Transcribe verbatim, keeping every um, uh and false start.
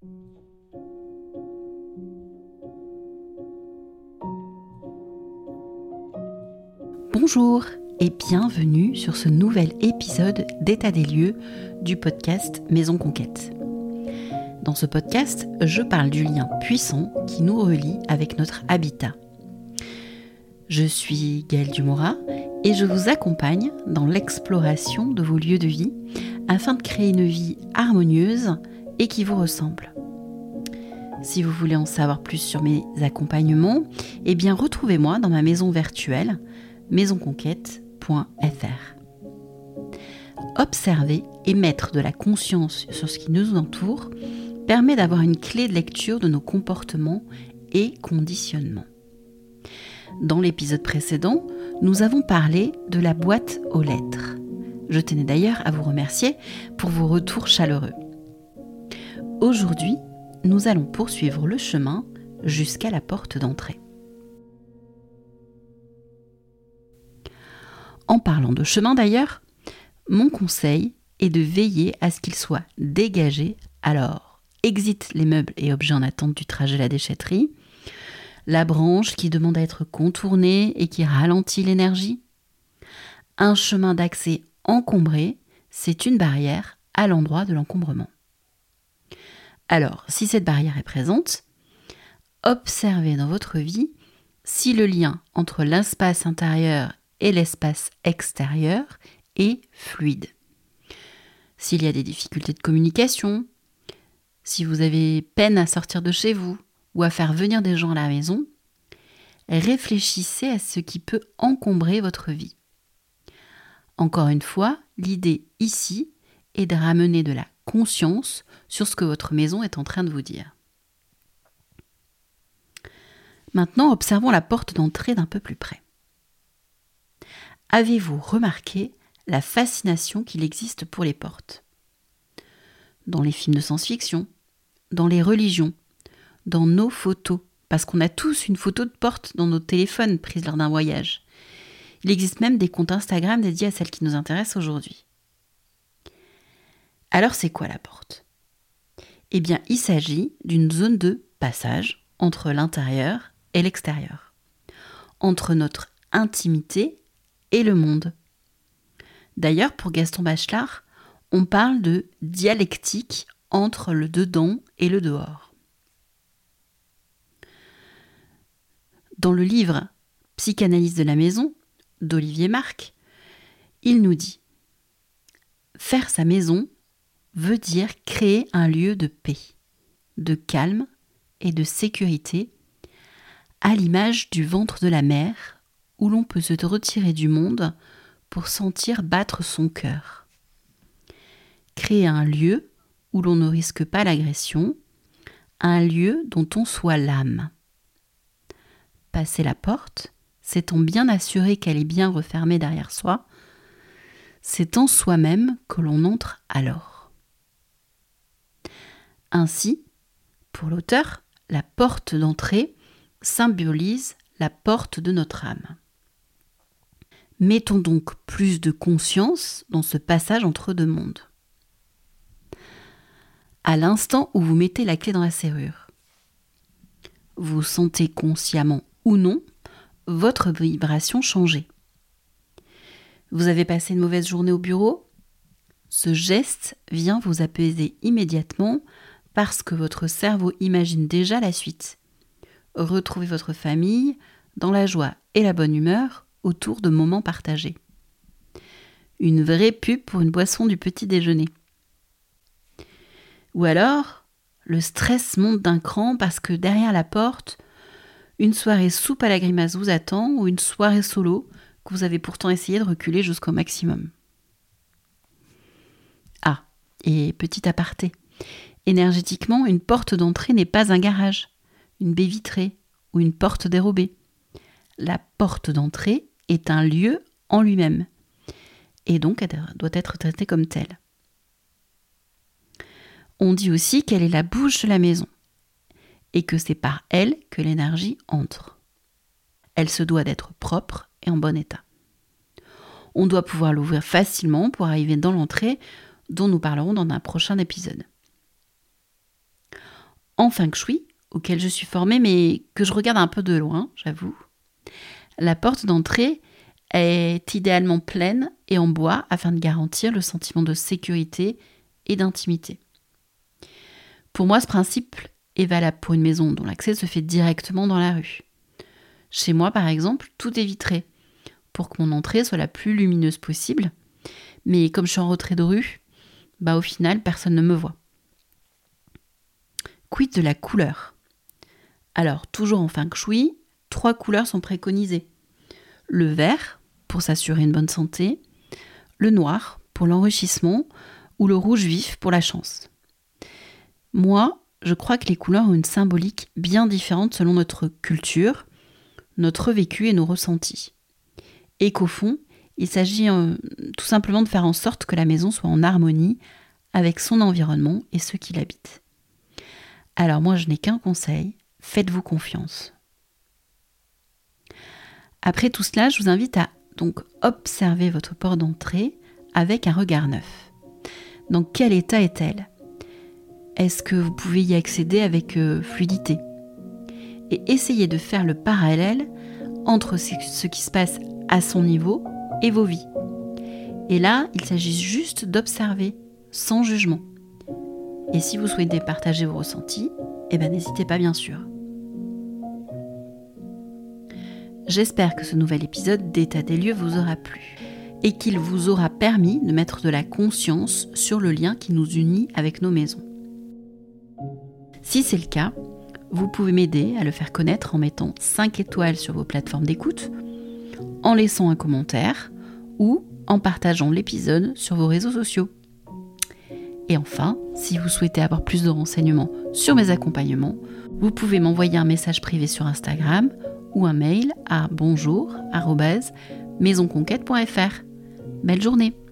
Bonjour et bienvenue sur ce nouvel épisode d'État des lieux du podcast Maison Conquête. Dans ce podcast, je parle du lien puissant qui nous relie avec notre habitat. Je suis Gaëlle Dumora et je vous accompagne dans l'exploration de vos lieux de vie afin de créer une vie harmonieuse et qui vous ressemble. Si vous voulez en savoir plus sur mes accompagnements, eh bien retrouvez-moi dans ma maison virtuelle maison conquête point f r. Observer et mettre de la conscience sur ce qui nous entoure permet d'avoir une clé de lecture de nos comportements et conditionnements. Dans l'épisode précédent, nous avons parlé de la boîte aux lettres. Je tenais d'ailleurs à vous remercier pour vos retours chaleureux. Aujourd'hui, nous allons poursuivre le chemin jusqu'à la porte d'entrée. En parlant de chemin d'ailleurs, mon conseil est de veiller à ce qu'il soit dégagé. Alors, exit les meubles et objets en attente du trajet à la déchetterie, la branche qui demande à être contournée et qui ralentit l'énergie. Un chemin d'accès encombré, c'est une barrière à l'endroit de l'encombrement. Alors, si cette barrière est présente, observez dans votre vie si le lien entre l'espace intérieur et l'espace extérieur est fluide. S'il y a des difficultés de communication, si vous avez peine à sortir de chez vous ou à faire venir des gens à la maison, réfléchissez à ce qui peut encombrer votre vie. Encore une fois, l'idée ici est de ramener de la conscience sur ce que votre maison est en train de vous dire. Maintenant, observons la porte d'entrée d'un peu plus près. Avez-vous remarqué la fascination qu'il existe pour les portes ? Dans les films de science-fiction, dans les religions, dans nos photos, parce qu'on a tous une photo de porte dans nos téléphones prise lors d'un voyage. Il existe même des comptes Instagram dédiés à celles qui nous intéressent aujourd'hui. Alors c'est quoi la porte ? Eh bien, il s'agit d'une zone de passage entre l'intérieur et l'extérieur, entre notre intimité et le monde. D'ailleurs, pour Gaston Bachelard, on parle de dialectique entre le dedans et le dehors. Dans le livre Psychanalyse de la maison d'Olivier Marc, il nous dit « Faire sa maison veut dire créer un lieu de paix, de calme et de sécurité, à l'image du ventre de la mer, où l'on peut se retirer du monde pour sentir battre son cœur. Créer un lieu où l'on ne risque pas l'agression, un lieu dont on soit l'âme. Passer la porte, c'est en bien assurer qu'elle est bien refermée derrière soi, c'est en soi-même que l'on entre alors. Ainsi, pour l'auteur, la porte d'entrée symbolise la porte de notre âme. Mettons donc plus de conscience dans ce passage entre deux mondes. À l'instant où vous mettez la clé dans la serrure, vous sentez consciemment ou non votre vibration changer. Vous avez passé une mauvaise journée au bureau ? Ce geste vient vous apaiser immédiatement parce que votre cerveau imagine déjà la suite. Retrouvez votre famille dans la joie et la bonne humeur autour de moments partagés. Une vraie pub pour une boisson du petit déjeuner. Ou alors, le stress monte d'un cran parce que derrière la porte, une soirée soupe à la grimace vous attend ou une soirée solo que vous avez pourtant essayé de reculer jusqu'au maximum. Ah, et petit aparté, énergétiquement, une porte d'entrée n'est pas un garage, une baie vitrée ou une porte dérobée. La porte d'entrée est un lieu en lui-même et donc elle doit être traitée comme telle. On dit aussi qu'elle est la bouche de la maison et que c'est par elle que l'énergie entre. Elle se doit d'être propre et en bon état. On doit pouvoir l'ouvrir facilement pour arriver dans l'entrée dont nous parlerons dans un prochain épisode. En feng shui, auquel je suis formée mais que je regarde un peu de loin, j'avoue, la porte d'entrée est idéalement pleine et en bois afin de garantir le sentiment de sécurité et d'intimité. Pour moi, ce principe est valable pour une maison dont l'accès se fait directement dans la rue. Chez moi, par exemple, tout est vitré pour que mon entrée soit la plus lumineuse possible. Mais comme je suis en retrait de rue, bah au final, personne ne me voit. Quid de la couleur ? Alors, toujours en feng shui, trois couleurs sont préconisées. Le vert, pour s'assurer une bonne santé, le noir, pour l'enrichissement, ou le rouge vif, pour la chance. Moi, je crois que les couleurs ont une symbolique bien différente selon notre culture, notre vécu et nos ressentis. Et qu'au fond, il s'agit euh, tout simplement de faire en sorte que la maison soit en harmonie avec son environnement et ceux qui l'habitent. Alors moi, je n'ai qu'un conseil, faites-vous confiance. Après tout cela, je vous invite à donc observer votre porte d'entrée avec un regard neuf. Dans quel état est-elle ? Est-ce que vous pouvez y accéder avec euh, fluidité ? Et essayez de faire le parallèle entre ce qui se passe à son niveau et vos vies. Et là, il s'agit juste d'observer, sans jugement. Et si vous souhaitez partager vos ressentis, eh ben n'hésitez pas bien sûr. J'espère que ce nouvel épisode d'État des lieux vous aura plu et qu'il vous aura permis de mettre de la conscience sur le lien qui nous unit avec nos maisons. Si c'est le cas, vous pouvez m'aider à le faire connaître en mettant cinq étoiles sur vos plateformes d'écoute, en laissant un commentaire ou en partageant l'épisode sur vos réseaux sociaux. Et enfin, si vous souhaitez avoir plus de renseignements sur mes accompagnements, vous pouvez m'envoyer un message privé sur Instagram ou un mail à bonjour arobase maison conquête point f r. Belle journée!